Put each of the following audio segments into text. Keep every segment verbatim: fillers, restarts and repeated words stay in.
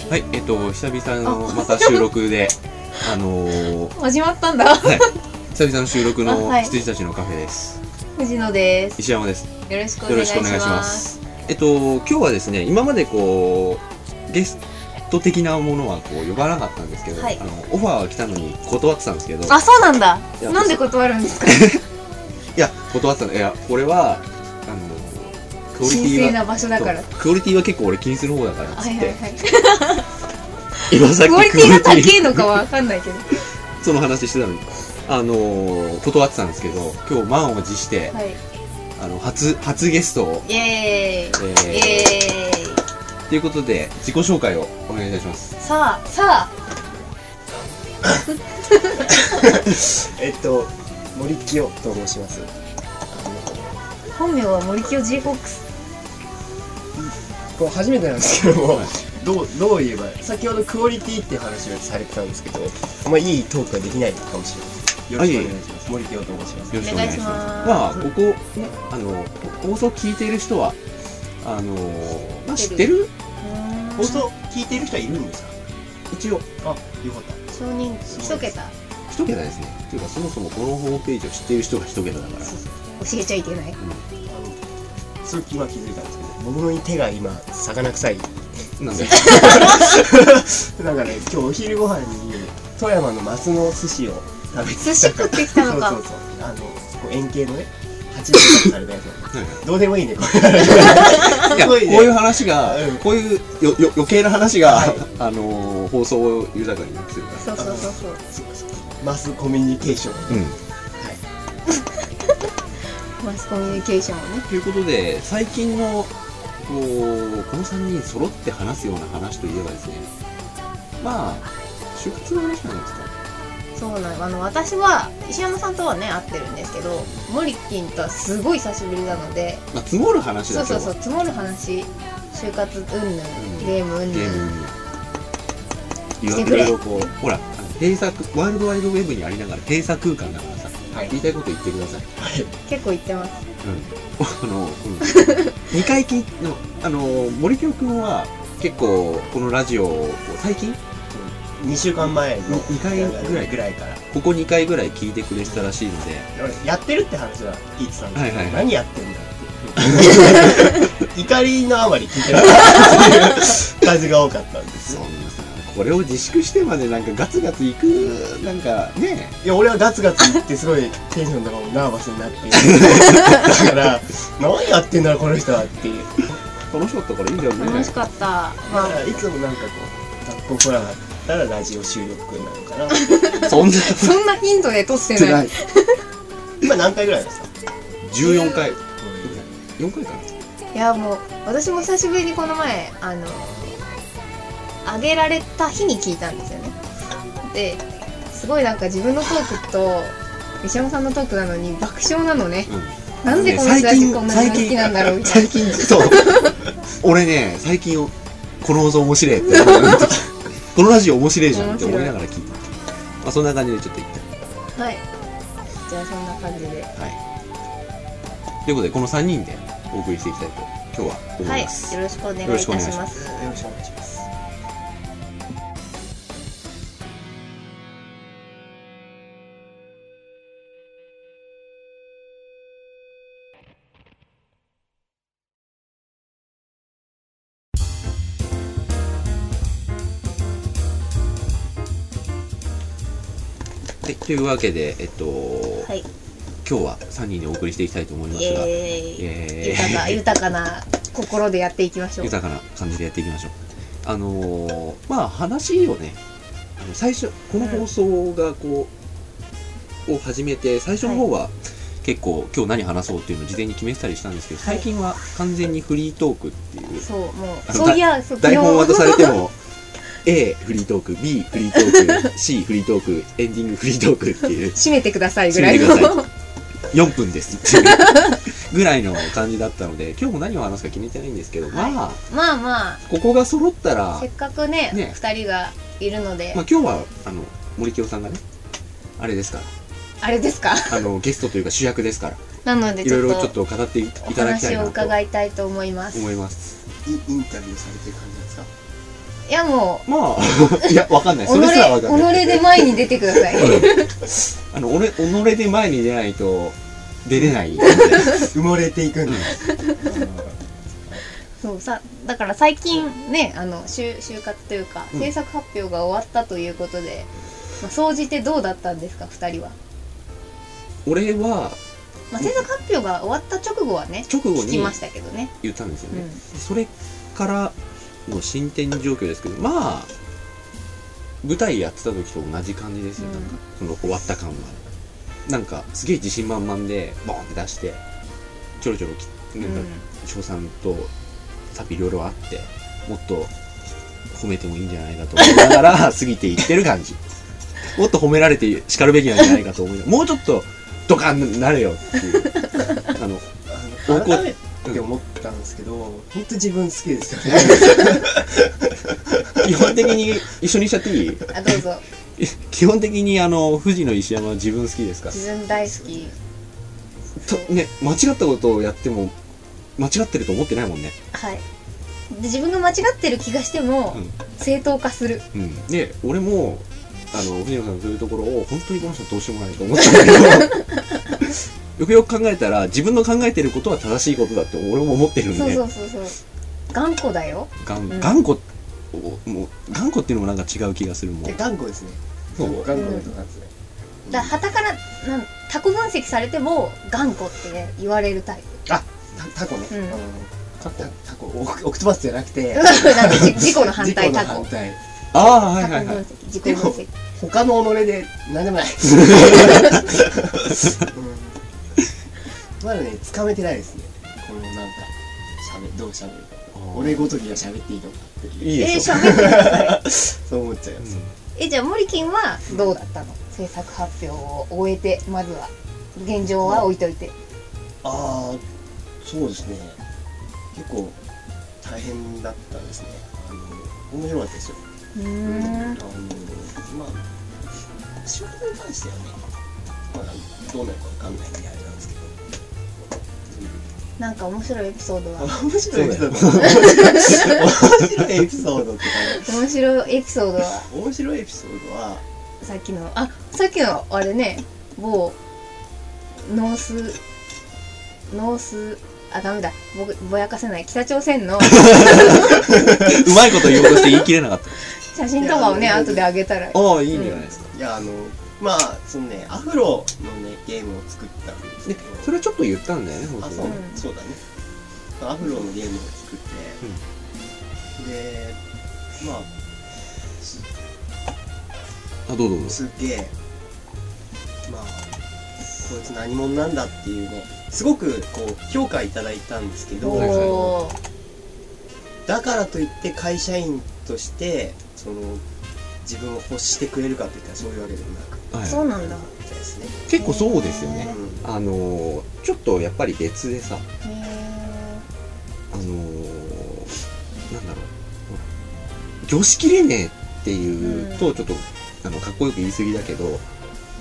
はい、えっと久々のまた収録であのー、 始まったんだ。 はい、久々の収録のはい、 羊たちのカフェです。 藤野です。 石山です。 よろしくお願いします。 えっと今日はですね、今までこうゲスト的なものはこう呼ばなかったんですけど、はい、あのオファーが来たのに断ってたんですけど。 あ、そうなんだ。なんで断るんですか。いや、断ってたの。いや、これはあのクオリティは神聖な場所だから。 クオリティは結構俺気にする方だからっつって。はいはいはい。 今さっきクオリティが高いのかわかんないけど。 その話してたのに、あのー、断ってたんですけど、今日満を持して、はい、あの初初ゲストを。 イエーイ。えー、イエーイ。 ということで自己紹介をお願いいたします。 さあさあ。 えっと森清と申します。 本名は森清 J フォックス。 これ初めてなんですけども、はい、どうどう言えば、先ほどクオリティっていう話をされてたんですけど、あんまいいトークができないかもしれません。よろしくお願いします。森清と申します。 よろしくお願いします。まあここね、あの放送聞いている人はあのまあ知ってる。 放送聞いてる人はいるんですか。 一応。あ、よかった。 少人数一桁。 一桁ですね。というかそもそもこのホームページを知っている人が一桁だから。 そうそう、教えちゃいけない。うん、 それ今気づいたんですけど、僕の手が今魚臭い。 なんで。 なんかね、今日お昼ご飯に富山のマスの寿司を食べて寿司食ってきたのか。 そうそうそう。あのこう円形のね、八分割されたやつ。どうでもいいね。これ。 いや、こういう話が、こういうよよ余計な話が、あの放送を豊かにするから。そうそうそうそう。 マスコミュニケーション。うん。はい。 マスコミュニケーションをね。 ということで、最近のこうこのさんにん揃って話すような話といえばですね、まあ就活の話なんですか。 そうなの。あの私は石山さんとはね会ってるんですけど、モリキンとはすごい久しぶりなので、 まあ積もる話だ。 そうそうそう、積もる話、就活うんぬん、ゲームうんぬんいろいろこう、ほら閉鎖ワールドワイドウェブにありながら閉鎖空間だからさ、はい、言いたいこと言ってください。 はい、結構言ってます。 うん、あの、うん、にかい聞いのあの森清君は結構このラジオを最近にしゅうかんまえのにかいぐらいぐらいからここにかいぐらい聞いてくれてたらしいので、 やってるって話は聞いてたんですけど、何やってんだって怒りのあまり聞いてなかった感じが多かったんです。 そんなさ、これを自粛してまでなんかガツガツいくなんかね。 いや、俺はガツガツいってすごいテンションとかもナーバスになってだから何やってんだろうこの人はっていう。 楽しかったからいいんだよね。 楽しかった。 まあいつもなんかこう学校来なかったらラジオ収録なのかな。 そんなそんなヒントで撮ってない。 今何回ぐらいですか。 じゅうよんかい。よんかいかな。 いやもう私も久しぶりにこの前あのあげられた日に聞いたんですよね。ですごいなんか自分のトークと石山さんのトークなのに爆笑なのね。うん、なんでこの人たちこんなに好きなんだろうみたいな。最近そう俺ね、最近この放送面白いってこのラジオ面白いじゃんって思いながら聞いて、まあそんな感じでちょっと言った。 はい、じゃあそんな感じで、はい、 ということでこのさんにんでお送りしていきたいと今日は思います。 はい、よろしくお願いいたします。よろしくお願いします。 はい、というわけで、えっと、はい、今日はさんにんでお送りしていきたいと思いますが、 えー、豊か、豊かな心でやっていきましょう。 豊かな感じでやっていきましょう。あのー、まあ話をね、あの最初この放送がこう、うん、を始めて最初の方は、はい、結構今日何話そうっていうのを事前に決めてたりしたんですけど、最近は完全にフリートークっていう、 そうもうそういや台本渡されてもA フリートーク、B フリートーク、C フリートーク、エンディングフリートークっていう締めてくださいぐらいのよんぷんですっていうぐらいの感じだったので、今日も何を話すか決めてないんですけど、はい、まあまあまあここが揃ったらせっかくねねふたりがいるので、 まあ今日はあの森清さんがねあれですからあれですかあのゲストというか主役ですから、 なのでいろいろちょっと語っていただきたいなとお話を伺いたいと思います。 思います。 インタビューされてる感じですか。 いやもまあいやわかんない、 うそれすらわかんない。 己で前に出てください。 あの俺己で前に出ないと出れない。 埋もれていくんだ。 そうさ、だから最近ね、あの就就活というか、 うん制作発表が終わったということで、まあ、総じてどうだったんですかふたりは。 俺はまあ、制作発表が終わった直後はね直後に聞きましたけどね。 言ったんですよね、 うんそれからの進展状況ですけど、まあ舞台やってた時と同じ感じですよ、 うんなんかその終わった感はなんかすげえ自信満々でボーンって出してちょろちょろきなんか翔さんとサピいろいろあってもっと褒めてもいいんじゃないかと思いながら過ぎていってる感じ。もっと褒められて叱るべきなんじゃないかと思いながらもうちょっとドカンなれよっていうあのあの改めて思ったんですけど、本当自分好きですよね。 基本的に一緒にしちゃっていい？ あ、どうぞ。 基本的にあの富士の石山は自分好きですか？ 自分大好き。 とね、間違ったことをやっても間違ってると思ってないもんね。 はい。で自分が間違ってる気がしても、 うん正当化する。 うん、で俺もあの藤野さんのそういうところを本当にこの人どうしようもないと思ったんだけどよくよく考えたら自分の考えてることは正しいことだって俺も思ってるんで、 そうそうそうそう。頑固だよ。 がんうん頑固もう頑固っていうのもなんか違う気がするもん。 で頑固ですね。 そう頑固なとこなんですね。 だから旗からなんタコ分析されても頑固って、ね、言われるタイプ。 あ、タタコね。 うんあのタコタコオクオクトパスじゃなくて。 なんかじ自己の反対タコ。 自己の反対。 ああはいタコはいはい分析、自己分析。 他の己で何でもない。うんまだね、つかめてないですね。このなんかしゃべどうしゃべるか。俺ごときがしゃべっていいのかっていう。 いいえー、 でしょ、 喋ってください。 そう思っちゃいます。 え、じゃあモリキンはどうだったの？制作発表を終えて、まずは現状は置いといて。 ああ、そうですね。結構大変だったですね。あの面白かったですよ。 うーあのん。 まあ仕事に関してはね、まあどうなるかわかんないんであれなんですけど。 なんか面白いエピソードは。 面白いエピソード。面白いエピソードってか面白いエピソードは。 面白いエピソードはさっきの、あ、さっきのあれね、某ノースノースあ、ダメだ、ぼぼやかせない、北朝鮮のうまいこと言おうとして言い切れなかった写真とかをねいや後であげたら。 ああいいんじゃないですか、 いやあのまあそのねアフロのねゲームを作ったんですけでど、 それはちょっと言ったんだよね本あそう、 当にね、 うんそうだね。アフロのゲームを作って、でまああどうぞどうぞ。 すっげえまあこいつ何者なんだっていうね、すごくこう評価いただいたんですけど、 おー、 だからといって会社員としてその自分を欲してくれるかっていったらそういうわけでもなくはいそうなんだ。 てですね。 結構そうですよね、 うんあのー、ちょっとやっぱり別でさ、 へあのー、なんだろう、女子きれねえっていうとちょっと、あのかっこよく言い過ぎだけど、あの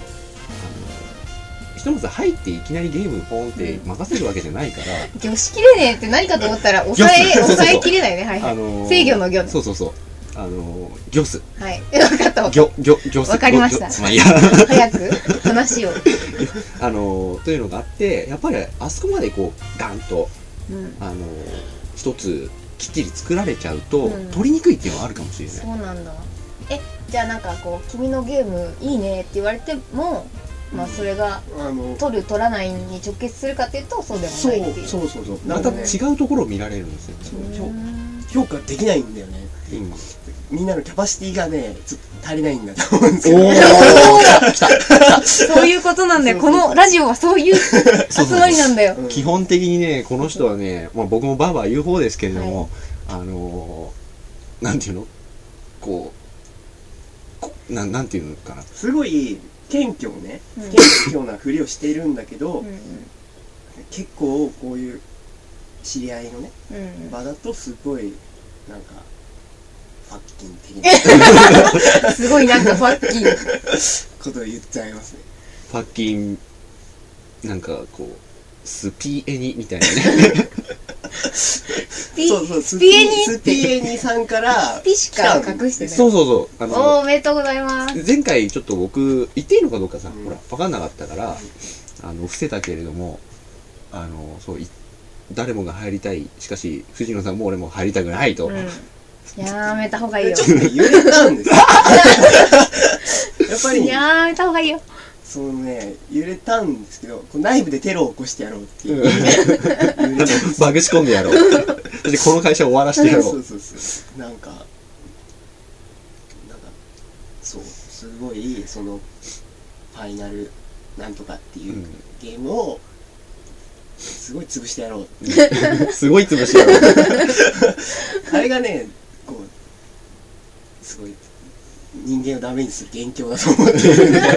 ひとまず入っていきなりゲームポンって任せるわけじゃないから、 ー、魚しきれねえって何かと思ったら抑えそうそうそう抑えきれないね。はいはい、 あのー、 制御の魚ね。 そうそうそう、あのー、ギョスはい、分かった分かっギョギョギョスわかりましたギョまあいいやた。早く話を。 あのー、というのがあってやっぱりあそこまでこうガンとうん、 あのー、一つきっちり作られちゃうと、 うん取りにくいっていうのはあるかもしれない。 そうなんだ。え、じゃあなんかこう君のゲームいいねって言われても、まあそれがあの取る取らないに直結するかっていうとそうでもそうないっていう。 そうそうそうまた違うところを見られるんですよね。 そううーん評価できないんだよね。 うんみんなのキャパシティがねちょっと足りないんだと思うんですけど、 おー来た来たそういうことなんだよ。このラジオはそういう集まりなんだよ。 うん基本的にねこの人はね、まあ、僕もバーバー言う方ですけれども、 はいあのー、なんていうのこうこななんていうのかな、 すごい謙虚ね、 うん謙虚なふりをしているんだけど、 うん結構こういう知り合いのねうんうん場だとすごいなんかファッキン的なすごいなんかファッキー。 ことを言っちゃいますね。 ファッキンなんかこうスピーエニみたいなねピそうそう、 スピエニスピエニさんからピしか隠してない。 そうそうそう。あおの、 おめでとうございます。 前回ちょっと僕、言っていいのかどうかさ、 うんほら、わかんなかったから、あの、伏せたけれども、あの、そう、い誰もが入りたい。しかし、藤野さんも俺も入りたくないと。 うん。やめた方がいいよ。 ちょっとね揺れたんですよ。やっぱり、 やめた方がいいよ。 そのね、揺れたんですけど、こう内部でテロを起こしてやろうっていう。 うん揺れたんですバグ仕込んでやろう。そしてこの会社終わらしてやろ。 そううそうそう。なんか、なんか、そう、すごい、その、ファイナルなんとかっていうゲームを、すごい潰してやろう。 すごい潰してやろう。 あれがね、こう、すごい、人間をダメにする元凶だと思ってるんで。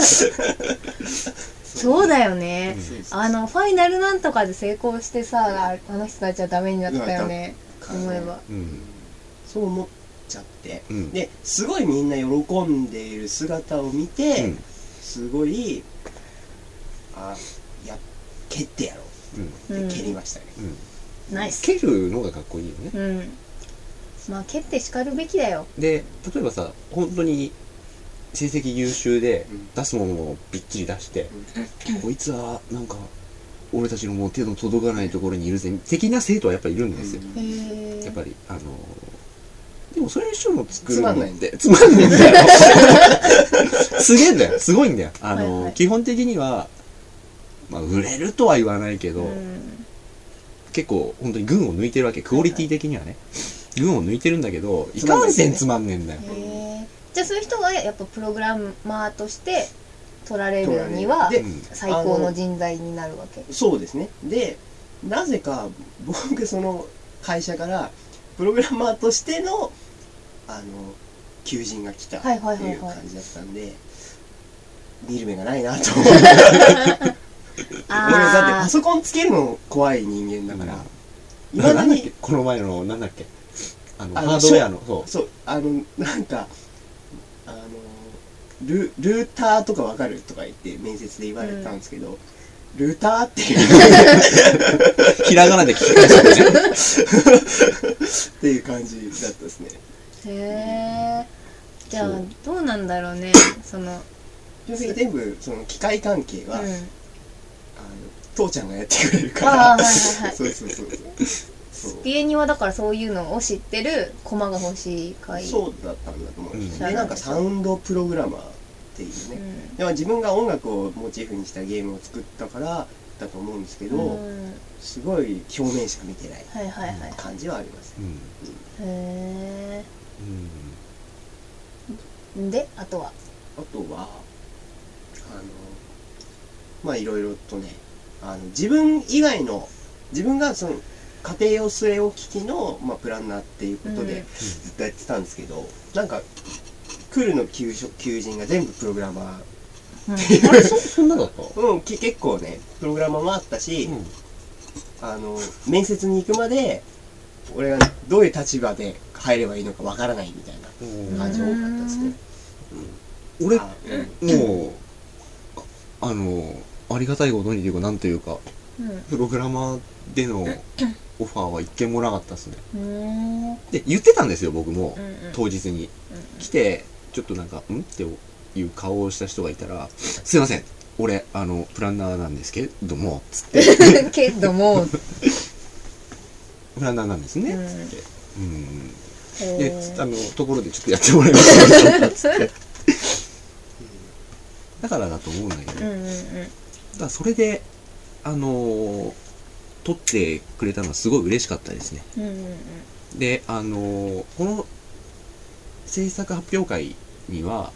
そうだよね。 そうそうそうあの、ファイナルなんとかで成功してさ、あの人たちはダメになったよね。思えば。 うん。 そう思っちゃって、 うんで、すごいみんな喜んでいる姿を見て、 うんすごい、あ、や、蹴ってやろううんって蹴りましたね。 うん。 ナイス。 蹴るのがかっこいいよね。 うん。まあ、蹴って叱るべきだよ。 で、例えばさ、本当に成績優秀でうん出すものをびっちり出して、こいつはなんか俺たちのもう手の届かないところにいるぜ的な生徒はやっぱりいるんですよ。 うんへえ。 やっぱりあのでもそれにしても作るつまんないのってつまんないんだよ。すげえんだよ。すごいんだよ。あの、 はいはい基本的にはまあ売れるとは言わないけど、 うん結構本当に群を抜いてるわけ。クオリティ的にはね。群を抜いてるんだけど、いつまんないかんせんつまんねえんだよ。 へえ。じゃあそういう人がやっぱプログラマーとして取られるにはでうん最高の人材になるわけ。 そうですね。で、なぜか僕その会社からプログラマーとしてのあの求人が来たってはいはいはいはいいう感じだったんで、見る目がないなと思って。俺だってパあソコンつけるの怖い人間だから、いなまだになんだっけこの前のなんだっけあのあのハードウェアのそうそうあのなんかあのルルーターとかわかるとか言って面接で言われたんですけど、ルーターっていうひらがなで聞き返したね。 っていう感じだったですね。 あ。へえ。じゃあそうどうなんだろうね。その。 基本的に全部その機械関係は、 うん。 あの父ちゃんがやってくれるかああら、 はいはいはい。 そうそうそうそうピエニはだからそういうのを知ってる駒が欲しい会。 そうだったんだと思うんですよ、 うんでなんかサウンドプログラマーっていうね、 うん。 でも自分が音楽をモチーフにしたゲームを作ったからだと思うんですけど、 うんすごい表面しか見てないはいはいはい。 感じはありますね。 うんへうんえ。で、あとは。 あとはあのまあいろいろとねあの自分以外の自分がその家庭用据え置き機の、まあ、プランナーっていうことでうんずっとやってたんですけど、なんか来るの求職求人が全部プログラマうんあれそそんなだったー、うん、き結構ねプログラマーもあったし、 うんあの面接に行くまで俺がどういう立場で入ればいいのかわからないみたいな感じが多かったですね。 俺あうんもうあのありがたいことにというかなんというかうんプログラマーでのオファーは一件もなかったですね。 うーん。 で言ってたんですよ僕もうんうん当日に来てちょっとなんかんっていう顔をした人がいたらすいません俺あのプランナーなんですけどもつってけども、 プランナーなんですねうんつってうんへでーあのところでちょっとやってもらいましたつってだからだと思うんだけど、 うんうんうん。 だからそれであのー撮ってくれたのはすごい嬉しかったですね。 うんうんうん。 であのーこの制作発表会には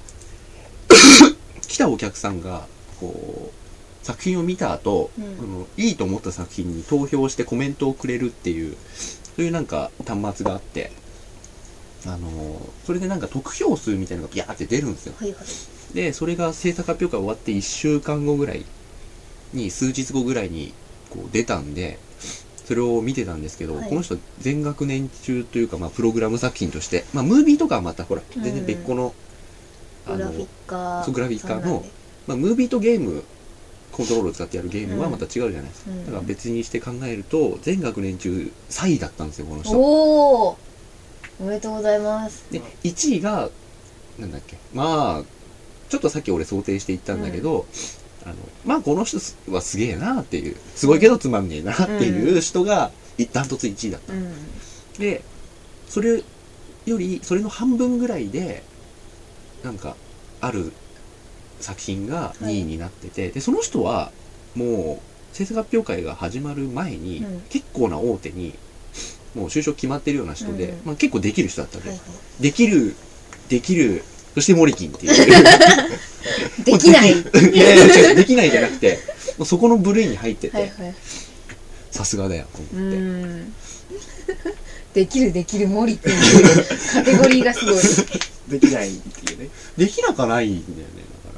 来たお客さんがこう作品を見た後、 うんあのいいと思った作品に投票してコメントをくれるっていうそういうなんか端末があってあのーそれでなんか得票数みたいなのがビャーって出るんですよ。 はいはい。 でそれが制作発表会終わっていっしゅうかんごぐらいに数日後ぐらいにこう出たんでそれを見てたんですけど、 はいこの人全学年中というか、まあ、プログラム作品として、まあ、ムービーとかはまたほらうん全然別個の、あのグラフィッカー。 そうグラフィッカーのさんなんでまあ、ムービーとゲームコントロールを使ってやるゲームはまた違うじゃないですか、 うん、 だから別にして考えると全学年中さいだったんですよこの人。 おおおめでとうございます。 でいちいがなんだっけ、まあちょっとさっき俺想定して言ったんだけど、うん、あのまあこの人はすげえなっていう、すごいけどつまんねえなっていう人がダントツいちいだった、うん、でそれよりそれの半分ぐらいでなんかある作品がにいになってて、はい、でその人はもう制作発表会が始まる前に、うん、結構な大手にもう就職決まってるような人で、うん、まあ、結構できる人だったんで、はいはい、できるできるそしてモリキンっていうできないいやいや違うできないじゃなくてもうそこの部類に入ってて、はいはい、さすがだよと思って。うんできるできるモリキンっていうカテゴリーがすごいできないっていうね、 できなかないんだよね、だから、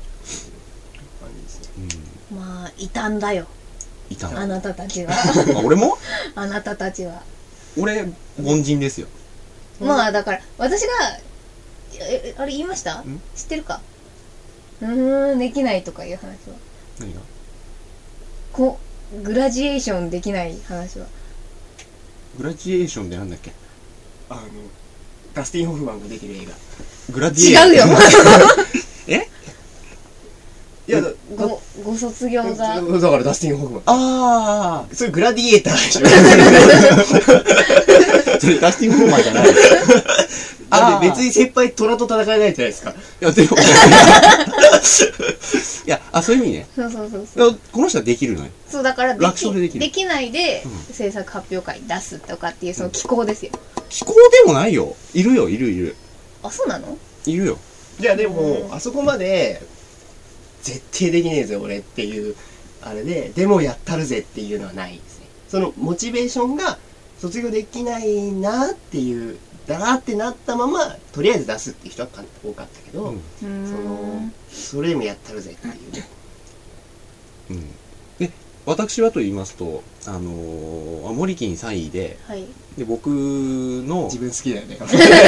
うん、まあ異端だよ、 異端あなたたちはあ俺もあなたたちは俺凡人ですよ。 まあだから私がえあれ言いました？知ってるか？うーんできないとかいう話は何がこグラジエーションできない話はグラジエーションでなんだっけ、 あのダスティン・ホフマンが出てる映画グラディエーション違うよえいやごご卒業がだからダスティン・ホフマン、 ああそれグラディエーターでしょそれダスティン・ホフマンじゃないだって別に先輩虎と戦えないじゃないですか。 いやでもいやあそういう意味ね。 そうそうそうそうこの人はできるのよ。 そうだからで楽勝でできる、 できないで、うん、制作発表会出すとかっていうその機構ですよ、 うん、機構でもないよ、いるよいるいる。 あそうなの？ いるよ。 いやでもあそこまで絶対できねえぜ俺っていうあれででもやったるぜっていうのはないですね。そのモチベーションが卒業できないなっていうだなってなったままとりあえず出すっていう人は多かったけど、うん、そのそれでもやったるぜっていうね、 うん、で私はと言いますとあのー、モリキンさんいで、はい、で僕の自分好きだよね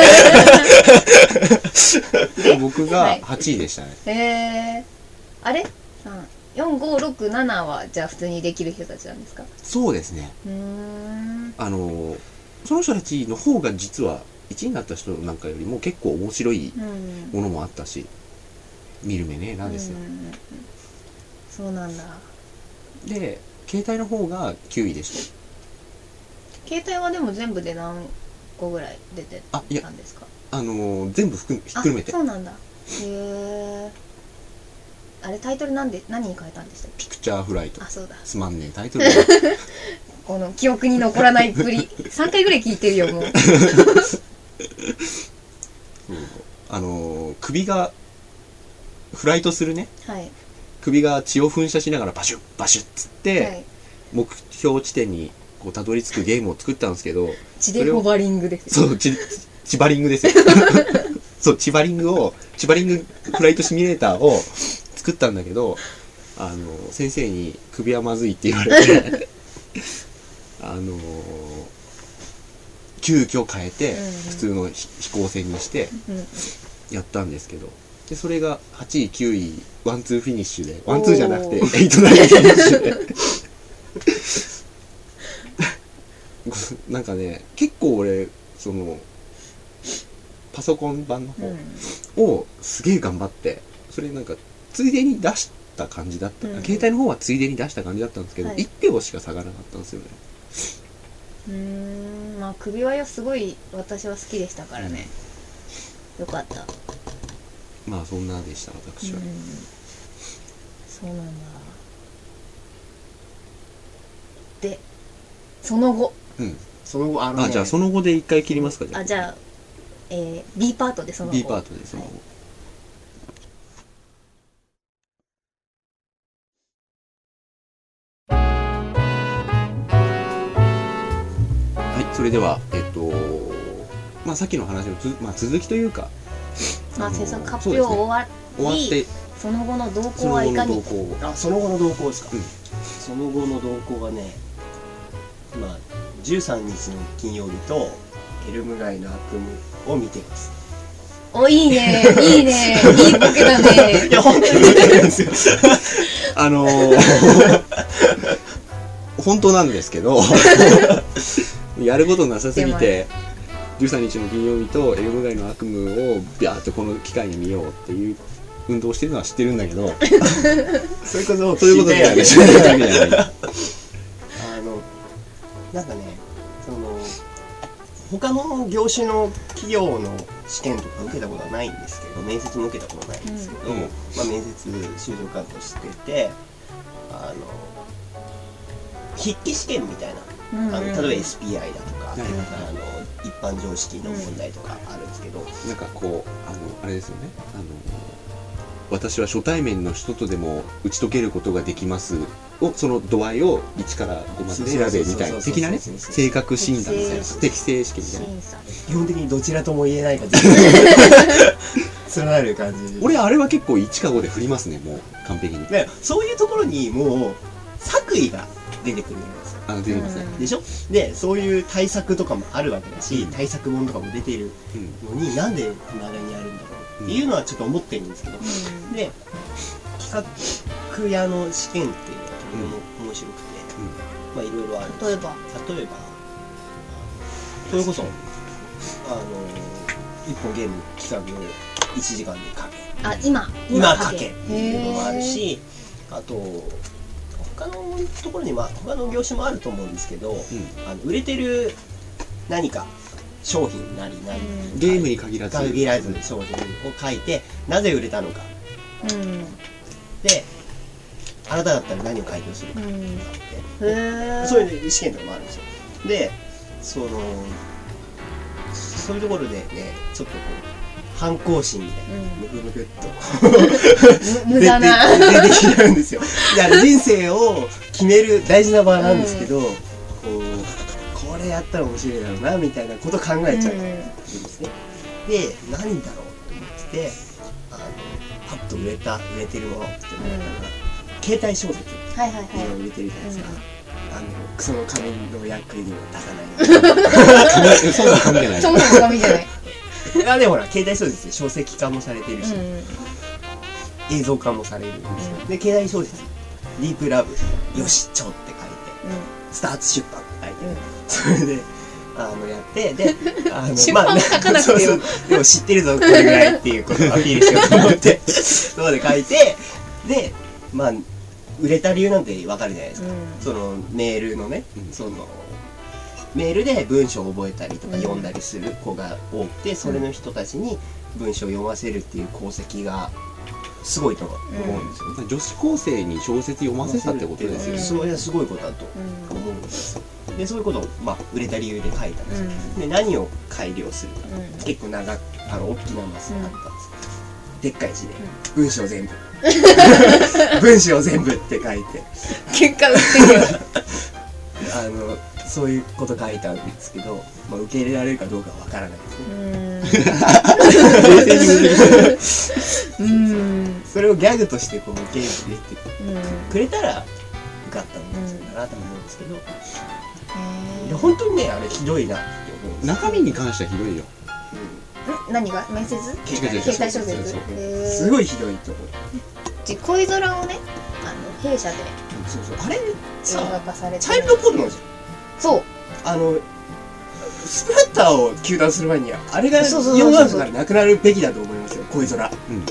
僕がはちいでしたね、 はい、へーあれよんごろくななはじゃあ普通にできる人たちなんですか？ そうですね。 うーんあのーその人たちの方が実はいちいになった人なんかよりも結構面白いものもあったし、うん、見る目ねなんですよ、うん、 そうなんだ。 で携帯の方がきゅういでした。 携帯はでも全部で何個ぐらい出てたんですか？ あのー、全部含ひっくるめて。 そうなんだ。へえ。あれタイトルなんで何に変えたんでしたっけ？ ピクチャーフライト。 あそうだ。 すまんねえタイトルこの記憶に残らないっぷりさんかいぐらい聞いてるよもうあのー、首がフライトするね、 はい、 首が血を噴射しながらバシュッバシュッつって、はい、目標地点にこうたどり着くゲームを作ったんですけど血でホバリングですよ。 そうチチバリングですよそうチバリングをチバリングフライトシミュレーターを作ったんだけどあの先生に首はまずいって言われてあのー、急遽変えて普通の飛行船にしてやったんですけど、でそれがはちいきゅういワンツーフィニッシュでワンツーじゃなくてエイトナインフィニッシュでなんかね結構俺そのパソコン版の方をすげえ頑張ってそれなんかついでに出した感じだった、うん、携帯の方はついでに出した感じだったんですけど、はい、いち票しか差がなかったんですよね。 うーんまあ首輪よすごい私は好きでしたからね、うん、よかった。 まあそんなでした私は。うんそうなんだ。でその後、 うん、 その後あの、ね、 あじゃあその後で一回切りますか。 じゃああじゃあ、えー、B パートでその後 B パートでその後、はい、それではえっとまあさっきの話のつ、まあ、続きというか、 まあ、制作発表終わり、 終わってその後の動向はいかに。 あその後の動向ですか、うん、その後の動向はねまあじゅうさんにちの金曜日とエルム街の悪夢を見ています。 おいいねいいねいいボケだね。 いや本当に見てるんですよあのー、本当なんですけどやることなさすぎてじゅうさんにちの金曜日とエルム街の悪夢をビャーっとこの機会に見ようっていう運動をしてるのは知ってるんだけどそういうことをそういうことじゃない聞いてそういうわけじゃないあのなんかね、その他の業種の企業の試験とか受けたことはないんですけど、面接も受けたことないんですけど、 うんまあ、面接就職活動してて、あの筆記試験みたいな、あの例えば エスピーアイ だとか、 はいはいあの一般常識の問題とかあるんですけど、 なんかこうあのあれですよね、あの私は初対面の人とでも打ち解けることができますをその度合いをいちからごまで選べみたいな的なね、性格診断みたいな適正試験みたいな。 審査基本的にどちらとも言えないか連なる感じ。 俺あれは結構いちかごで振りますね、もう完璧に。 でそういうところにもう作為が出てくるんですよ。 あの出てますね。 でしょ。でそういう対策とかもあるわけだし、 うん対策本とかも出ているうんのになんで未だにやるんだろうっていうのはちょっと思ってるんですけど、で企画屋の試験っていうのはとても面白くて、まあいろいろあるんですよ。 例えば例えばそれこそあの一本ゲーム企画いちじかんで書け、 あ今今書けってへいうのもあるーし、あと他のところにまあ他の業種もあると思うんですけど、あの売れてる何か商品なり何うんゲームに限らず限らず商品を書いてなぜ売れたのかうんで、あなただったら何を回答するかって、 うんへえそういう試験とかもあるんですよ。でそのそういうところでねちょっとこう反抗心みたいな、 うんムクムクっと無駄な出てきちゃうんですよ。いや人生を決める大事な場なんですけど、こうこれやったら面白いだろうなみたいなこと考えちゃうんですね。で何だろうと思ってて、あのパッと売れた売れてるものって思ったのが、携帯小説ってはいはいはいいうのを売れてるじゃないですか。あのクソの紙の役にも出さない紙そんなの関係ない。 そもそも紙じゃないあでもほら携帯小説で書籍化もされてるし、 うん映像化もされるんですよ。で携帯小説ディープラブよしちょって書いて、スターツ出版って書いて、 うんそれであのやってであの出版も書かなくてよそうそうでも知ってるぞこれぐらいっていうことをアピールしようと思ってそこで書いて、でまあ売れた理由なんてわかるじゃないですか、 うんそのメールのね、 うんそのメールで文章を覚えたりとかうん読んだりする子が多くて、それの人たちに文章を読ませるっていう功績がすごいと思うんですよ、 女子高生に小説読ませたってことですよね。 それはすごいことだとうん思うんですよ。でそういうことを、まあ、売れた理由で書いたんですよ、 うんで何を改良するか、 うん結構長くあの大きなマスがあったんですけど、でっかい字で、文章全部文章全部って書いて結果売ってるよあのそういうこと書いたんですけど、まあ、受け入れられるかどうかはわからないですね、 冷静にうんそれをギャグとしてこう受け入れてうんくれたら受かったんじゃないかなと思うんですけど、 へいや本当にねあれひどいなって思うんですよ。 中身に関してはひどいよ。 ーん何が面接違う違う違う携帯小説そうそうへーすごいひどいと思う。 じ恋空をねあの弊社でそうそうあれ映さ画化されてチャイルドポルノじゃん。 そうあのスプラッターを糾弾する前にあれがそうそうそうそう世の中からなくなるべきだと思いますよ。恋空。 うん。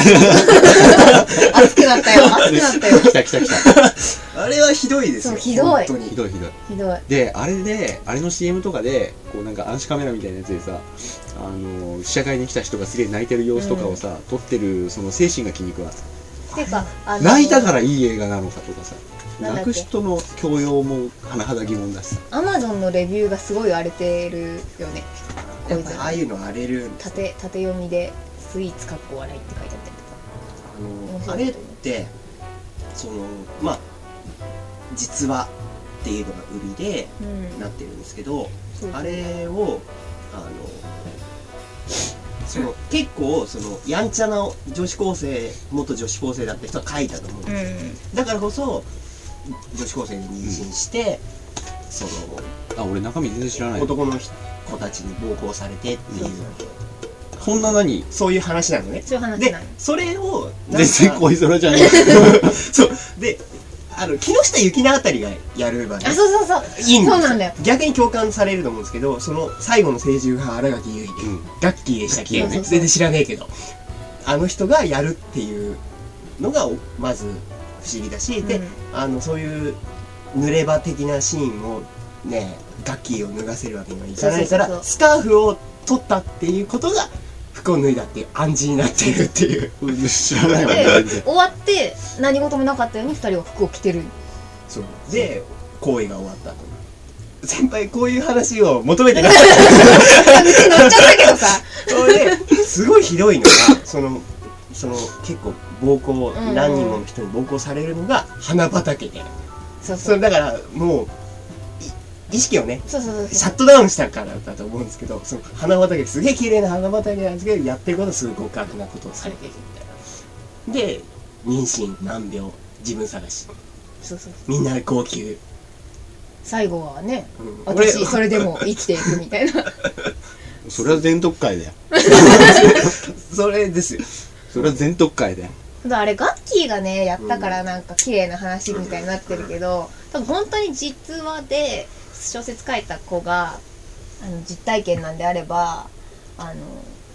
熱くなったよ熱くなったよ来た来た来た。 あれはひどいですよ。 そうひどい本当にひどいひどい。 ひどいで、あれで、あれの シーエム とかで、こうなんか暗視カメラみたいなやつでさ、あの、試写会に来た人がすげえ泣いてる様子とかをさ、撮ってる、その精神が気に食わない。 ていうかあの泣いたからいい映画なのかとかさ、 なんだっけ泣く人の教養も甚だ疑問だしさ。 アマゾンのレビューがすごい荒れてるよねやっぱああいうの荒れるんです。 縦縦読みでスイーツかっこ笑いって書いてあったりあの面白いあれってそのまあ実話っていうのが売りでとかうんなってるんですけど、 そうあれをあのその結構そのやんちゃな女子高生元女子高生だった人は書いたと思うんうですよ、 んだからこそ女子高生に妊娠して、そのあ、俺中身全然知らない。 男の子たちに暴行されてっていうそんな何そういう話なのね。 そういう話でなの。 それをなんか全然恋空じゃねえそうであの木下ゆきなあたりがやる場ねあ、そうそうそう。 いいんですよ。 そうなんだよ。 逆に共感されると思うんですけど、その最後の清純派新垣結衣、 うんガッキーでしたっけ、 そうそうそう全然知らねえけど、あの人がやるっていうのがまず不思議だし、でうんあのそういう濡れ場的なシーンをねガッキーを脱がせるわけにはいかないからそうそうそうそうスカーフを取ったっていうことが服を脱いだっていう暗示になっているっていう知らないわで全然終わって何事もなかったようにふたりは服を着てる。 そうで行為が終わったと。先輩こういう話を求めてなかったうち乗っちゃったけどさ。 それですごいひどいのがそのその結構暴行、 うんうん何人もの人に暴行されるのが花畑で、 そうそうそれだからもうい意識をねそうそうそうシャットダウンしたからだと思うんですけど、その花畑すげえ綺麗な花畑なんですけどやってることはすごい極悪なことをされているみたいな。で妊娠難病自分探しそうそう。 みんなで号泣、 最後はね、 うん、俺私それでも生きていくみたいな。 それは全特会だよそれですよ。 それは全特会だよあれガッキーがねやったからなんか綺麗な話みたいになってるけど、多分本当に実話で小説書いた子があの実体験なんであれば、あの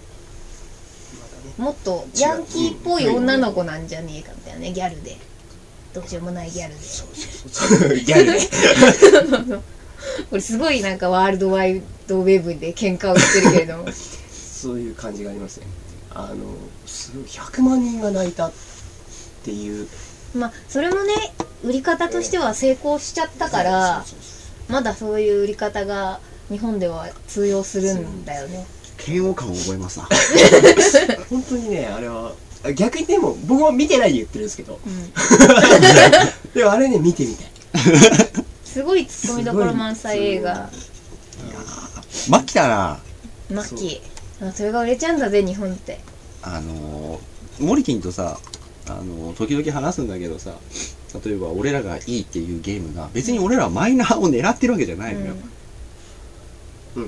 もっとヤンキーっぽい女の子なんじゃねえかみたいなね、ギャルでどうしようもないギャルでギャルでこれすごいなんかワールドワイドウェブで喧嘩をしてるけれどもそういう感じがありますね。あのすごいひゃくまんにんが泣いたっていうまあそれもね売り方としては成功しちゃったからそうそうそうまだそういう売り方が日本では通用するんだよね。 嫌悪感を覚えますな本当にねあれは逆にでも僕も見てないで言ってるんですけど、 うん、 でもあれね見てみたい。 すごいツッコミどころ満載映画。 マッキだなマッキーあそれが売れちゃうんだぜ日本って。 あのー、モリキンとさあのー、時々話すんだけどさ、例えば俺らがいいっていうゲームが別に俺らはマイナーを狙ってるわけじゃないのよ、 うん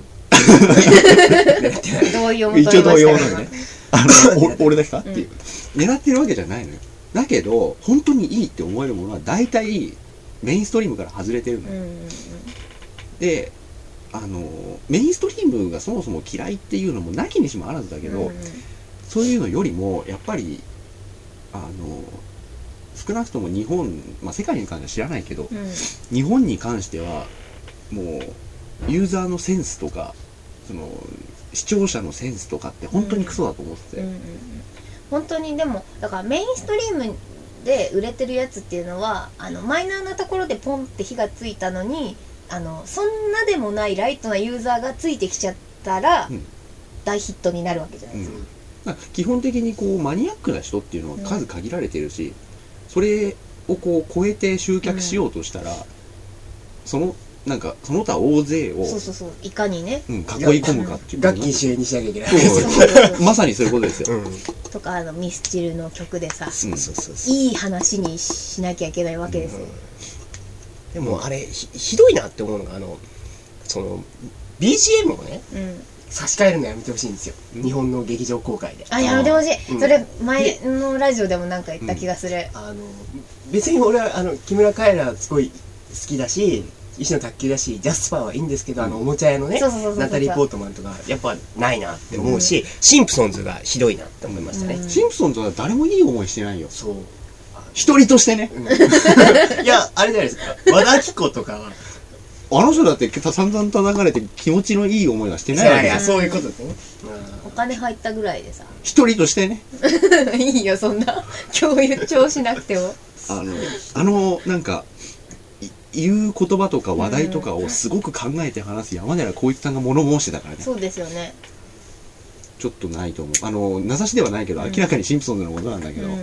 同意を求めました一応同様なのねあのお俺だけかっていう、 うん、 狙ってるわけじゃないのよ。だけど本当にいいって思えるものは大体メインストリームから外れてるのよ、 うんうんうん、 であのメインストリームがそもそも嫌いっていうのもなきにしもあらずだけど、 うんうん、 そういうのよりもやっぱりあの少なくとも日本、まあ、世界に関しては知らないけど、 うん、 日本に関してはもうユーザーのセンスとかその視聴者のセンスとかって本当にクソだと思ってて、 うんうんうん、本当にでもだからメインストリームで売れてるやつっていうのはあのマイナーなところでポンって火がついたのにあのそんなでもないライトなユーザーがついてきちゃったら、うん、大ヒットになるわけじゃないですか、 うん、基本的にこうマニアックな人っていうのは数限られてるし、うん、それをこう超えて集客しようとしたら、うん、そのなんかその他大勢をそうそうそういかにね、 うん、囲い込むかっていうガッキー主演にしなきゃいけないまさにそういうことですよ、うん、 とかあのミスチルの曲でさ、 うん、そうそうそういい話にしなきゃいけないわけですよ、 うん、でもあれ ひ, ひどいなって思うのがあのその ビージーエム をね、うん、差し替えるのやめてほしいんですよ、うん、日本の劇場公開であやめてほしい、うん、それ前のラジオでもなんか言った気がする、 うん、あの別に俺はあの木村カエラすごい好きだし石の卓球だしジャスパーはいいんですけど、うん、あのおもちゃ屋のねナタリー・ポートマンとかやっぱないなって思うし、うん、シンプソンズがひどいなって思いましたね、 うん、シンプソンズは誰もいい思いしてないよ。そう一人としてね、うん、 いやあれじゃないですか和田アキ子とかはあの人だって散々叩かれて気持ちのいい思いはしてないわけだ。 そういうことですね、 うん、お金入ったぐらいでさ一人としてねいいよそんな共有調しなくてもあのあのなんか言う言葉とか話題とかをすごく考えて話す山寺宏一さんが物申してたからね。 そうですよね。 ちょっとないと思う。あの名指しではないけど、うん、明らかにシンプソンズのことなんだけど、うん、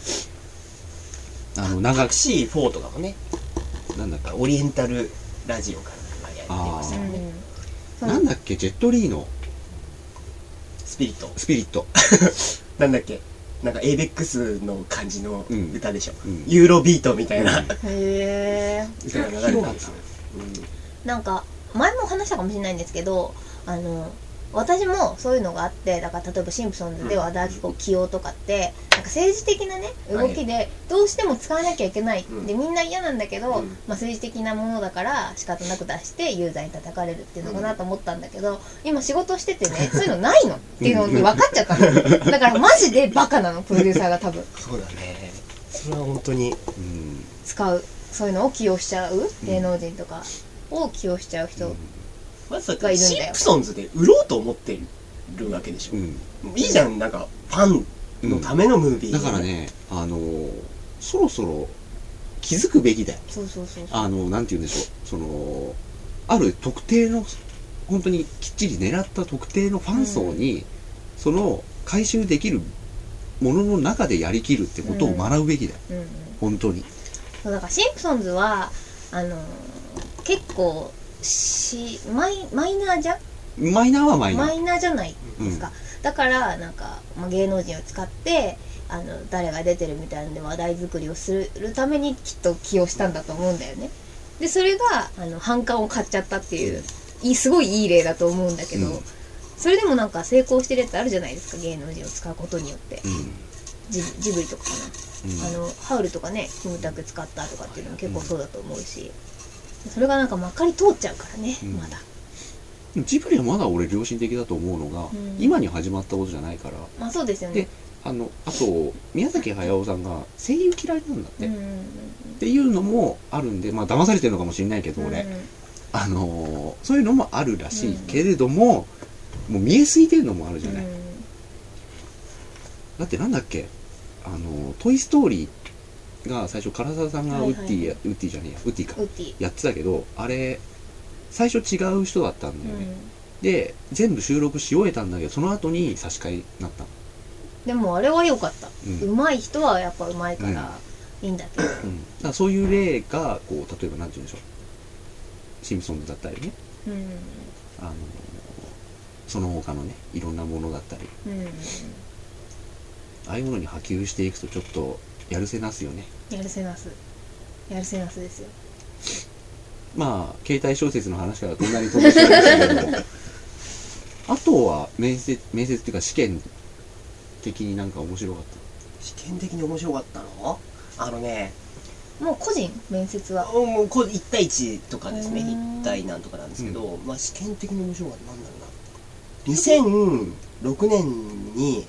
あの長く タクシーフォーとかもね、なんだっけオリエンタルラジオからやってましたよね、 うん、 なんだっけジェットリーのスピリットスピリットなんだっけなんかエイベックスの感じの歌でしょ、うん、 うん、 ユーロビートみたいな、 うん、へえ歌が流れたんですよ、 うん、なんか前も話したかもしれないんですけどあの私もそういうのがあって、だから例えばシンプソンズで和田アキ子起用とかって、なんか政治的なね動きでどうしても使わなきゃいけない、 うん、 でみんな嫌なんだけど、 うん、 まあ、政治的なものだから仕方なく出して有罪に叩かれるっていうのかなと思ったんだけど、うん、今仕事しててねそういうのないのっていうのに分かっちゃったのだからマジでバカなのプロデューサーが多分そうだね、それは本当に、うん、 使うそういうのを起用しちゃう芸能人とかを起用しちゃう人、うん、 まずだシンプソンズで売ろうと思ってるわけでしょ、うん、いいじゃん、なんかファンのためのムービー、 うん、だからね、あのー、そろそろ気づくべきだよ。 そうそうそうそう、 あのなんて言うんでしょう、そのある特定の本当にきっちり狙った特定のファン層に、うん、その回収できるものの中でやりきるってことを学ぶべきだよ、うんうんうん、本当に。 そうだからシンプソンズはあのー、結構しマイ、マイナーじゃんマイナーはマイナーマイナーじゃないですか、うん、だからなんか、まあ、芸能人を使ってあの誰が出てるみたいなので話題作りをするためにきっと起用したんだと思うんだよね。でそれがあの反感を買っちゃったっていう、うん、いいすごいいい例だと思うんだけど、うん、それでもなんか成功してるやつあるじゃないですか、芸能人を使うことによって、うん、ジ, ジブリとかかな、うん、あのハウルとかねキムタク使ったとかっていうのも結構そうだと思うし、それがなんかまかり通っちゃうからね、うん、まだジブリはまだ俺良心的だと思うのが、うん、今に始まったことじゃないから。 まあそうですよね。 であのあと宮崎駿さんが声優嫌いなんだって、うんうんうん、っていうのもあるんで、まあ騙されてるのかもしれないけど俺、うんうん、あのー、そういうのもあるらしいけれども、うん、もう見えすぎてるのもあるじゃない、うん、だってなんだっけ、あのー、トイストーリーが最初唐沢さんがウッディ、はいはい、ウッディじゃねえやウッディかウッディやってたけど、あれ最初違う人だったんだよね、うん、で全部収録し終えたんだけどその後に差し替えになったの。 でもあれは良かった、うん、上手い人はやっぱ上手いからいいんだけど、うんうん、だからそういう例がこう例えばなんて言うんでしょう、シンプソンズだったりね、うん、あのその他のねいろんなものだったり、うん、ああいうものに波及していくとちょっとやるせなすよね。 やるせなすやるせなすですよ。 まあ携帯小説の話からどんなに飛ばしてるんですけどあとは面接面接っていうか試験的になんか面白かった。 試験的に面白かったの？あのね、 もう個人面接はもういち対いちとかですね、いち対なんとかなんですけど、うん、まあ試験的に面白かったなんだろうな。にせんろくねんに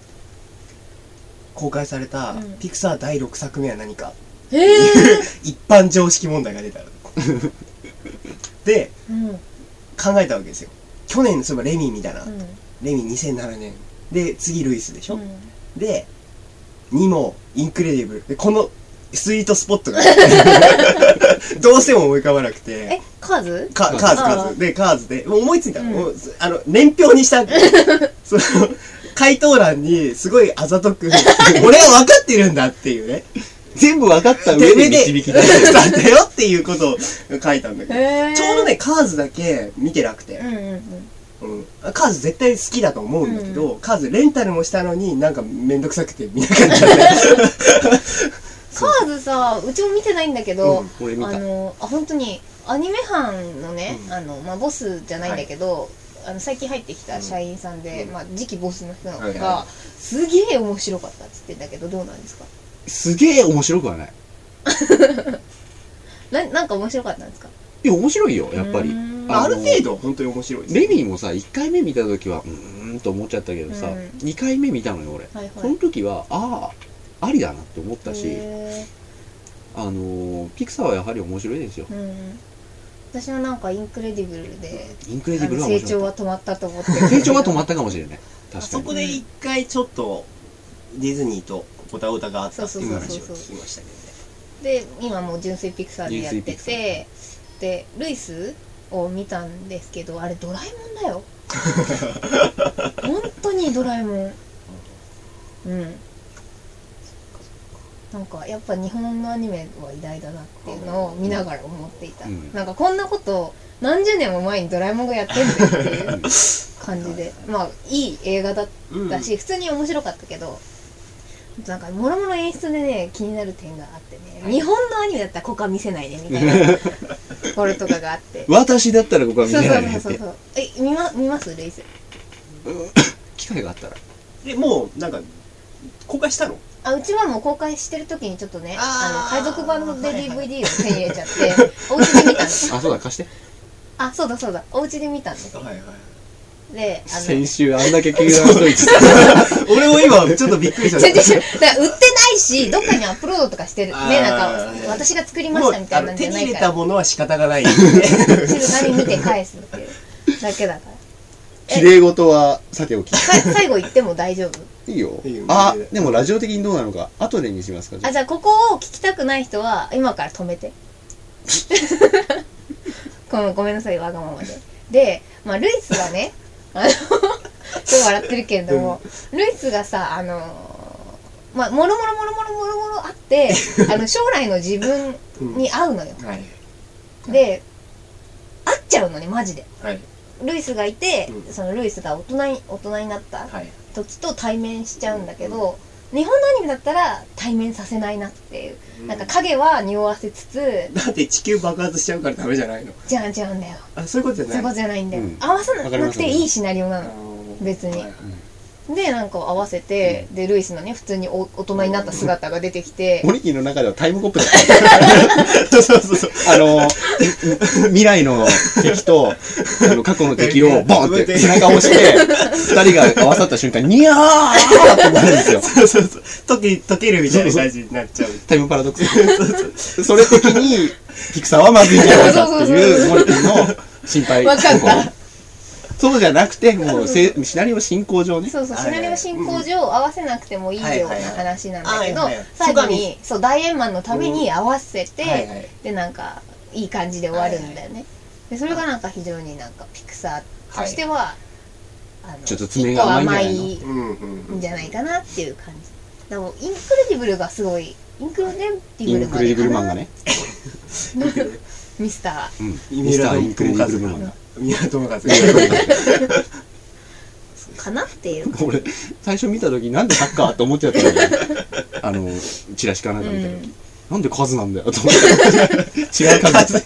公開された、うん、ピクサーだいろくさくめは何かっていう一般常識問題が出たで、うん、考えたわけですよ。去年そういえばレミー見たな、うん、レミーにせんななねんで次ルイスでしょ、うん、でにもインクレディブルでこのスイートスポットがどうしても思い浮かばなくて、 えカーズカーズカーズでカーズでもう思いついたの、うん、もうあの年表にしたその回答欄にすごいあざとく俺は分かってるんだっていうね全部分かった上で導き出してたんだよっていうことを書いたんだけど、ちょうどねカーズだけ見てなくて、うんうんうんうん、カーズ絶対好きだと思うんだけど、うん、カーズレンタルもしたのになんかめんどくさくて見なかったねカーズさうちも見てないんだけど、 うん、俺見た。 あのあ本当にアニメ班のね、うん、あのまあボスじゃないんだけど、はい、あの最近入ってきた社員さんで、うん、まあ次期ボスの人なのが、はいはい、すげえ面白かったっつってんだけどどうなんですか？ すげえ面白くはないな, なんか面白かったんですか？ いや面白いよやっぱり。 あ, ある程度本当に面白いです、 ね、レミーもさいっかいめ見た時はうーんと思っちゃったけどさ、うん、にかいめ見たのよ俺、はいはい、その時はああありだなって思ったし、あのー、ピクサーはやはり面白いですよ、うん、 私はなんかインクレディブルでインクレディブルは成長は止まったと思って成長は止まったかもしれない確かに。 そこで一回ちょっとディズニーとオタオタがあったっていう話を聞きましたけどね。 で今もう純粋ピクサーでやってて、でルイスを見たんですけどあれドラえもんだよ本当にドラえもん。うんなんかやっぱ日本のアニメは偉大だなっていうのを見ながら思っていた、うん、なんかこんなこと何十年も前にドラえもんがやってんだよっていう感じでまあいい映画だったし、うん、普通に面白かったけどなんかもろもろ演出でね気になる点があってね、はい、日本のアニメだったらここは見せないねみたいなところとかがあって私だったらここは見せないねって。 そうそうそうそうえ見ま見ますルイス？ 機会があったら。 でもうなんか公開したの？ あ、うちはもう公開してる時にちょっとね、ああーの海賊版で ディーブイディー を手に入れちゃって、お家で見たんですよ。 あ、そうだ、貸して。 あ、そうだそうだ、お家で見たんですよ。 はいはい。 で、あの先週あんだけ急な人言って俺も今ちょっとびっくりした。 違う違う違う、だから売ってないし、どっかにアップロードとかしてるね、 あーなんか私が作りましたみたいなんじゃ手に入れないから、 たものは仕方がないんで。 静かに見て返すっていうだけだから。 綺麗事はさておき。 さ最後言っても大丈夫？ いいよいいよ。 あ、でもラジオ的にどうなのか後でにしますか。 あ、じゃあここを聞きたくない人は今から止めて。ごめんごめんなさい、わがままで。で、まあルイスがね、あのすごい笑ってるけれども、ルイスがさ、あのまあもろもろもろもろもろもろあってあの将来の自分に会うのよ。 はいで、会っちゃうのね、マジで。 はいルイスがいて、 うんそのルイスが大人に大人になったはい。 時と対面しちゃうんだけど、日本のアニメだったら対面させないなっていう、 うんなんか影は匂わせつつ、 だって地球爆発しちゃうからダメじゃないの？ じゃあ違うんだよ、 あ、そういうことじゃない。 そういうことじゃないんだよ、 うん合わさなわかりますくていいシナリオなあの。 ー別にはいはいで、なんか合わせて、でルイスのね普通にお大人になった姿が出てきて、 モリキーの中ではタイムコップだったそうそうそう。 あの未来の敵とあの過去の敵をボンって背中を押して二人が合わさった瞬間にニャーってなるんですよ。 そうそうそう。溶け、溶けるみたいな感じになっちゃう。 タイムパラドックス。それ的にピクサーはまずいんじゃないかっていうモリキーの心配。 わかったそうじゃなくて、もうせシナリオ進行上ね。 そうそう、シナリオ進行上合わせなくてもいいような話なんだけど、 はいはいはい最後にそう大円満のために合わせて、 うんはいはいでなんかいい感じで終わるんだよね。でそれがなんか非常になんかピクサーとしては、あのちょっと爪が甘いんじゃないの一個甘うんうんうんいんじゃないかなっていう感じ。でもインクレディブルがすごい、インクレディブルインクレディブルマンがね、 ね。 ミスターうん。ミスターインクレディブルマンが。 三浦友和。 かなっていう。 俺、最初見たときなんでサッカーって思っちゃったのよ。あの、チラシかなんか見たとき。なんで数なんだよと思ったら違う数。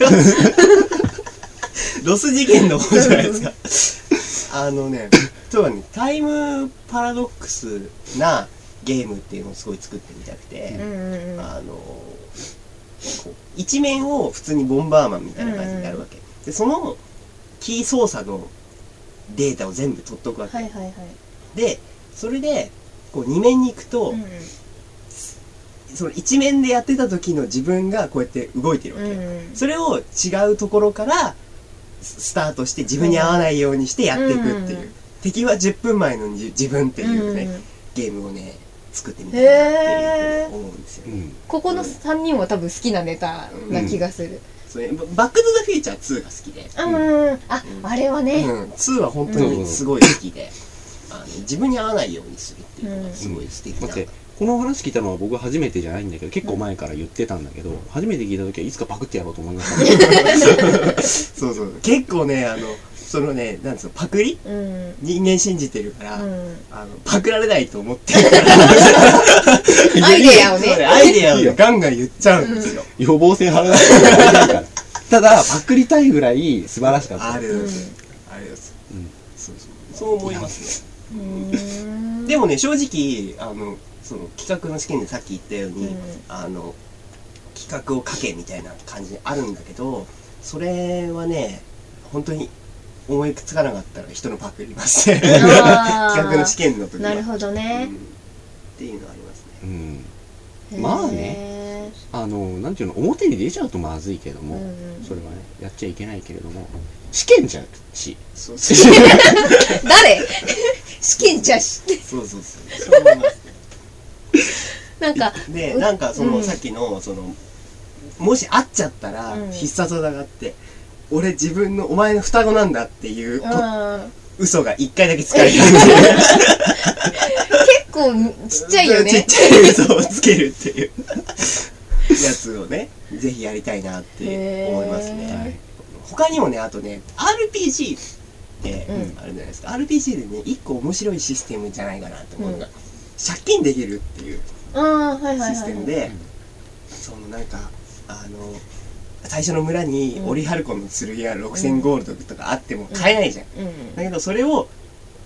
ロス事件の方じゃないですか。あのね、今日はね、タイムパラドックスなゲームっていうのをすごい作ってみたくて、 うんうんうん。 あのこう一面を普通にボンバーマンみたいな感じになるわけ、でそのキー操作のデータを全部取っとくわけ、 はいはいはい。 でそれでこう二面に行くと、 うんその一面でやってた時の自分がこうやって動いてるわけ、 うんうん。 それを違うところからススタートして自分に合わないようにしてやっていくっていう、 うんうんうん敵はじゅっぷんまえのじ自分っていうね、 うんうんゲームをね作ってみたいなっていうふうに思うんですよね、 うん。 ここのさんにんは多分好きなネタな気がする。 それバック・トゥ・ザ・フューチャーツーが好きで、 うん、あ、あれはね、 うん、ツーは本当にすごい好きで、あの自分に合わないようにするっていうのがすごい素敵な、 待って、この話聞いたのは僕初めてじゃないんだけど、結構前から言ってたんだけど、初めて聞いた時はいつかパクってやろうと思いましたね。 そうそう結構ねあのそのねなんつうのパクリうん、 人間信じてるから、 うん、 あのパクられないと思ってるからアイデアをそうねね、 アイデアをねガンガン言っちゃうんですよ、 予防線張らなくても大丈夫から。ただ、パクりたいぐらい素晴らしかった。 あれだ、 うんあれです、 うんそうそうそう思いますね。 うんでもね正直あのその企画の試験でさっき言ったように、 うんあの企画を書けみたいな感じあるんだけど、それはね本当に思いつかなかったら人のパクりますねあー企画の試験の時はなるほどうん、 ね。 っていうのはありますね。 うん。 へーまあね、あの、なんていうの、表に出ちゃうとまずいけども、 うんうんそれはね、やっちゃいけないけれども、試験じゃし、 そうそう誰試験じゃし。 そうそうそうそう思いますなんか、 でなんかその、 うんさっきのそのもし会っちゃったらうん必殺技があって、俺自分のお前の双子なんだっていう、 うん、 嘘が一回だけ使える結構ちっちゃいよね。 ちっちゃい嘘をつけるっていうやつをねぜひやりたいなって思いますね、 へーはい、他にもねあとね アールピージー ってうんあるじゃないですか、アールピージー でね一個面白いシステムじゃないかなと思うのが、 うん借金できるっていううん、はいはいはい。 システムで、そのなんかあの最初の村にうんオリハルコンの剣がろくせんゴールドとかあっても買えないじゃん、 うん。 だけどそれを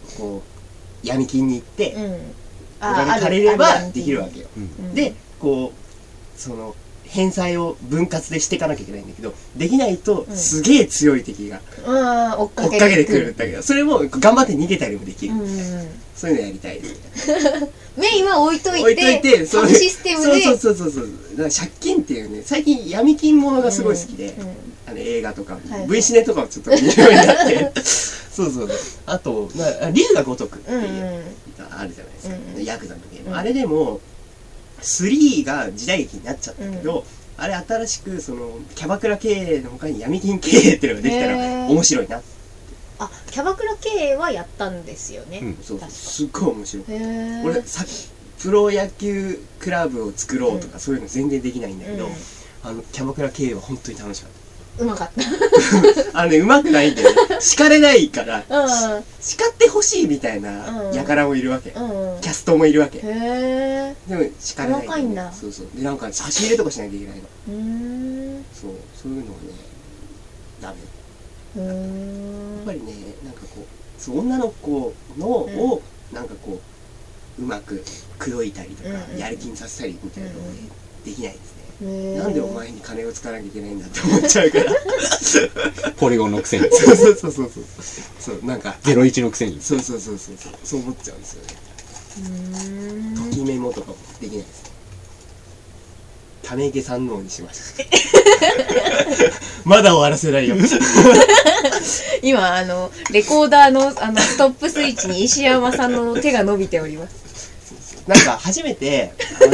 こう闇金に行って、 うん、 お金借りればできるわけよ。 うん、 でこうその返済を分割でしていかなきゃいけないんだけど、できないとすげえ強い敵がうん追っか追っかけてくるんだけど、それも頑張って逃げたりもできる、 うんうん、 そういうのやりたいですね。 メインは置いといて置いといて、 そのシステムで、 そうそうそうそうそう、だから借金っていうね、最近闇金ものがすごい好きで、 うんうん、 あの映画とか、 はい、 V シネとかをちょっと見るようになってそうそうそう、あとな竜が如くっていう、うんうん、あるじゃないですか、うんうん、ヤクザのゲーム、うん、あれでもスリーが時代劇になっちゃったけど、うん、あれ新しくそのキャバクラ経営の他に闇金経営っていうのができたら面白いな。 あ、キャバクラ経営はやったんですよね。 うん、そうそう、すっごい面白い。 へ俺さプロ野球クラブを作ろうとか、うん、そういうの全然できないんだけど、うん、あのキャバクラ経営は本当に楽しかった。 うまかったあのね、うまくないんだよね。叱れないから、 うん、 叱ってほしいみたいな輩もいるわけ、うん、キャストもいるわけ。 へでも叱れない、ね、 細かいんだ。 そうそう。でなんか差し入れとかしなきゃいけないの。 うーん、 そう、そういうのはねダメ。うーん、やっぱりね、なんかこうそう女の子のを、うん、なんかこううまく口説いたりとか、うん、やる気にさせたりみたいなのがね、うん、できないですね。なんでお前に金を使わなきゃいけないんだって思っちゃうからポリゴンのくせにそうそうそうそうそうなんかゼロイチのくせにそうそうそうそうそう思っちゃうんですよね。うーん、ときメモとかもできないですね。ため池三能にしましたまだ終わらせないよ今あのレコーダーのあのストップスイッチに石山さんの手が伸びております。 なんか初めて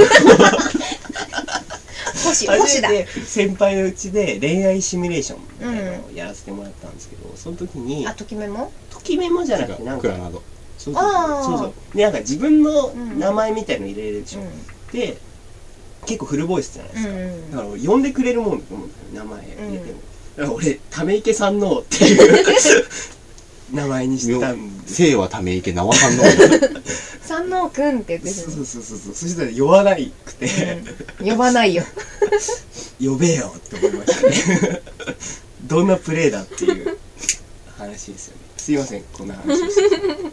星初めて先輩のうちで恋愛シミュレーションみたいなのをやらせてもらったんですけど、その時にあ、ときメモときメモじゃなくてなんかクラナドそうそうそうそうで、なんか自分の名前みたいの入れれるでしょ、うん、で結構フルボイスじゃないですか、うん、だから呼んでくれるもんだと思うんだよ、名前入れても、うん、だから俺ため池三能っていう名前にしたんで、 姓はため池名は三能三能くんって言ってる。 そうそうそうそう、そしたら呼ばないくて、 うん、呼ばないよ呼べよって思いましたねどんなプレーだっていう話ですよね。すいません、こんな話をして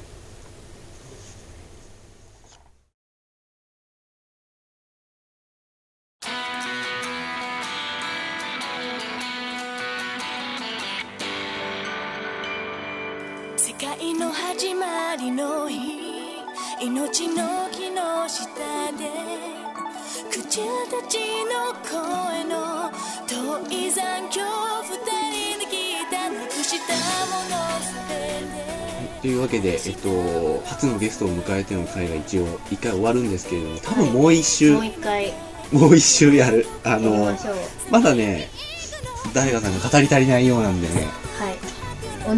世界の始まりの日、命の木の下で口たちの声の遠い残響、二人で聞いたなくしたものすべて。 というわけで、えっと、初のゲストを迎えての回が一応一回終わるんですけれども、多分もう一周、 もう一回もう一周やる。あのまだね、誰かさんが語り足りないようなんでね、 はい、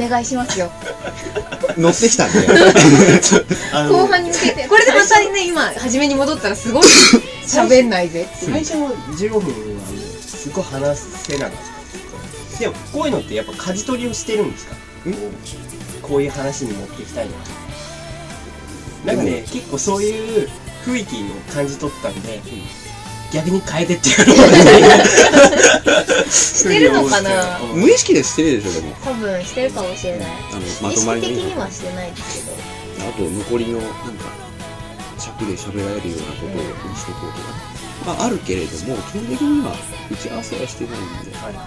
お願いしますよ乗ってきたんで後半に向けて、これでまたね、今初めに戻ったらすごい喋んないぜっていう。 最初のじゅうごふんはね、すごい話せなかったでもこういうのってやっぱ舵取りをしてるんですか？こういう話に持っていきたいな。なんかね、結構そういう雰囲気を感じ取ったんで、逆に変えてっていうのしてるのかな。 無意識でしてるでしょ。でも多分してるかもしれない。 あのまとまり意識的にはしてないですけど、 あと残りのなんか尺で喋られるようなことをにしていこうとか、まああるけれども、基本的には打ち合わせはしてないんで、はい、うん、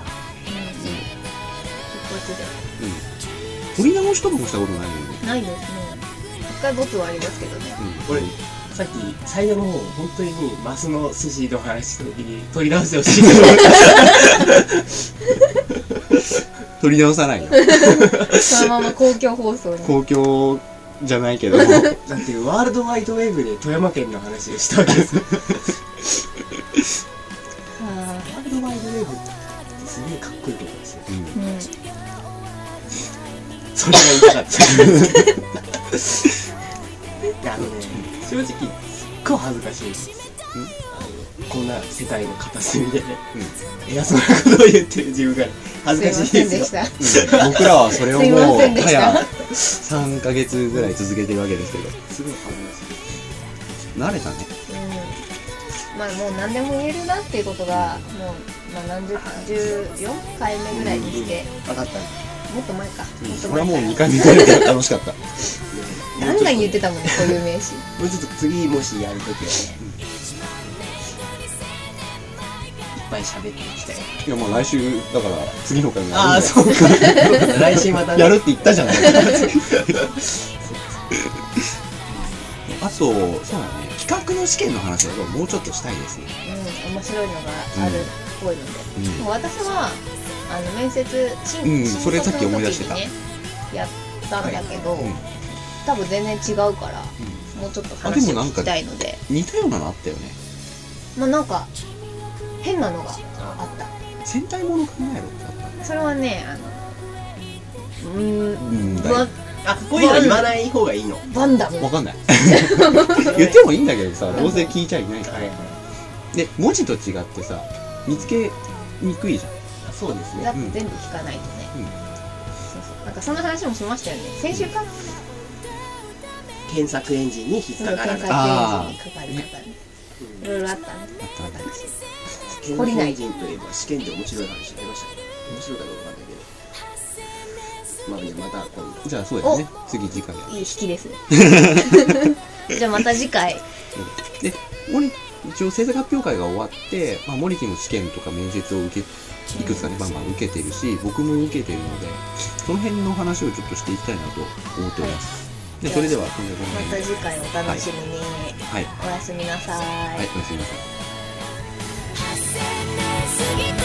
一発で、 うん、取り直しとかもしたことないので、 ないですね。一回ボツはありますけどね。 うん、俺さっき最初の方本当にマスの寿司の話した時に取り直してほしいと思った取り直さないよそのまま公共放送に。 公共じゃないけどだってワールドワイドウェブで富山県の話をしたわけですワールドワイドウェブってすげえかっこいいことですよ、うんうん、それが言いたかったいや、あのね、正直すっごい恥ずかしいです、うん、こんな世界の片隅で、うん、偉そうなことを言ってる自分が恥ずかしいですよ。 すいませんでした、 うん、僕らはそれをもうはやさんかげつぐらい続けてるわけですけど、 すごい恥ずかしい。 慣れたね、 うん、まあもう何でも言えるなっていうことがもう、まあ、何十じゅうよんかいめぐらいにして、 分かった。 もっと前か、 うん、もっと前か。これはもうにかいめぐらいで楽しかったガンガン言ってたもんね、固有名詞。 もうちょっと次もしやるときはね、いっぱい喋っていきたい。 いや、もう来週だから次の回もやるんだよ。 ああ、そうか。来週またね。 やるって言ったじゃない。 あとそうだね、企画の試験の話はもうちょっとしたいですね。 うん、面白いのがあるっぽいので、 うんでも私はあの面接新うん新それさっき思い出してた卒の時にねやったんだけど、 うん多分全然違うから、もうちょっと話を聞きたいので、 似たようなのあったよね。 まあなんか変なのがあった。 戦隊もの考えろってあったそれはね、あのうーんうんバあ、こういうの言わない方がいいの。 バンダムわかんない言ってもいいんだけどさ、どうせ聞いちゃいないから。で文字と違ってさ、見つけにくいじゃん。 そうですね。 だって全部聞かないとね、 うんそうそう、なんかそんな話もしましたよね、先週かな。 検索エンジンに引っそのかから検ない。 索エンジンにかかり方ね、いろいろあったんで、 あったあった検索エンジンといえば試験で面白い話ありましたね。面白いかどうかわかんないけど。まあじゃあまた今度。 じゃあそうですね、次次回やる。 いい引きですねじゃあまた次回。 でモリ一応制作発表会が終わって、まあ、モリキも試験とか面接を受けいくつかねバンバン受けてるし、僕も受けてるので、その辺の話をちょっとしていきたいなと思っております。でそれでは今度このま辺で、 た次回お楽しみに、 はいおやすみなさい、 はい、おやすみなさい。 過ぎて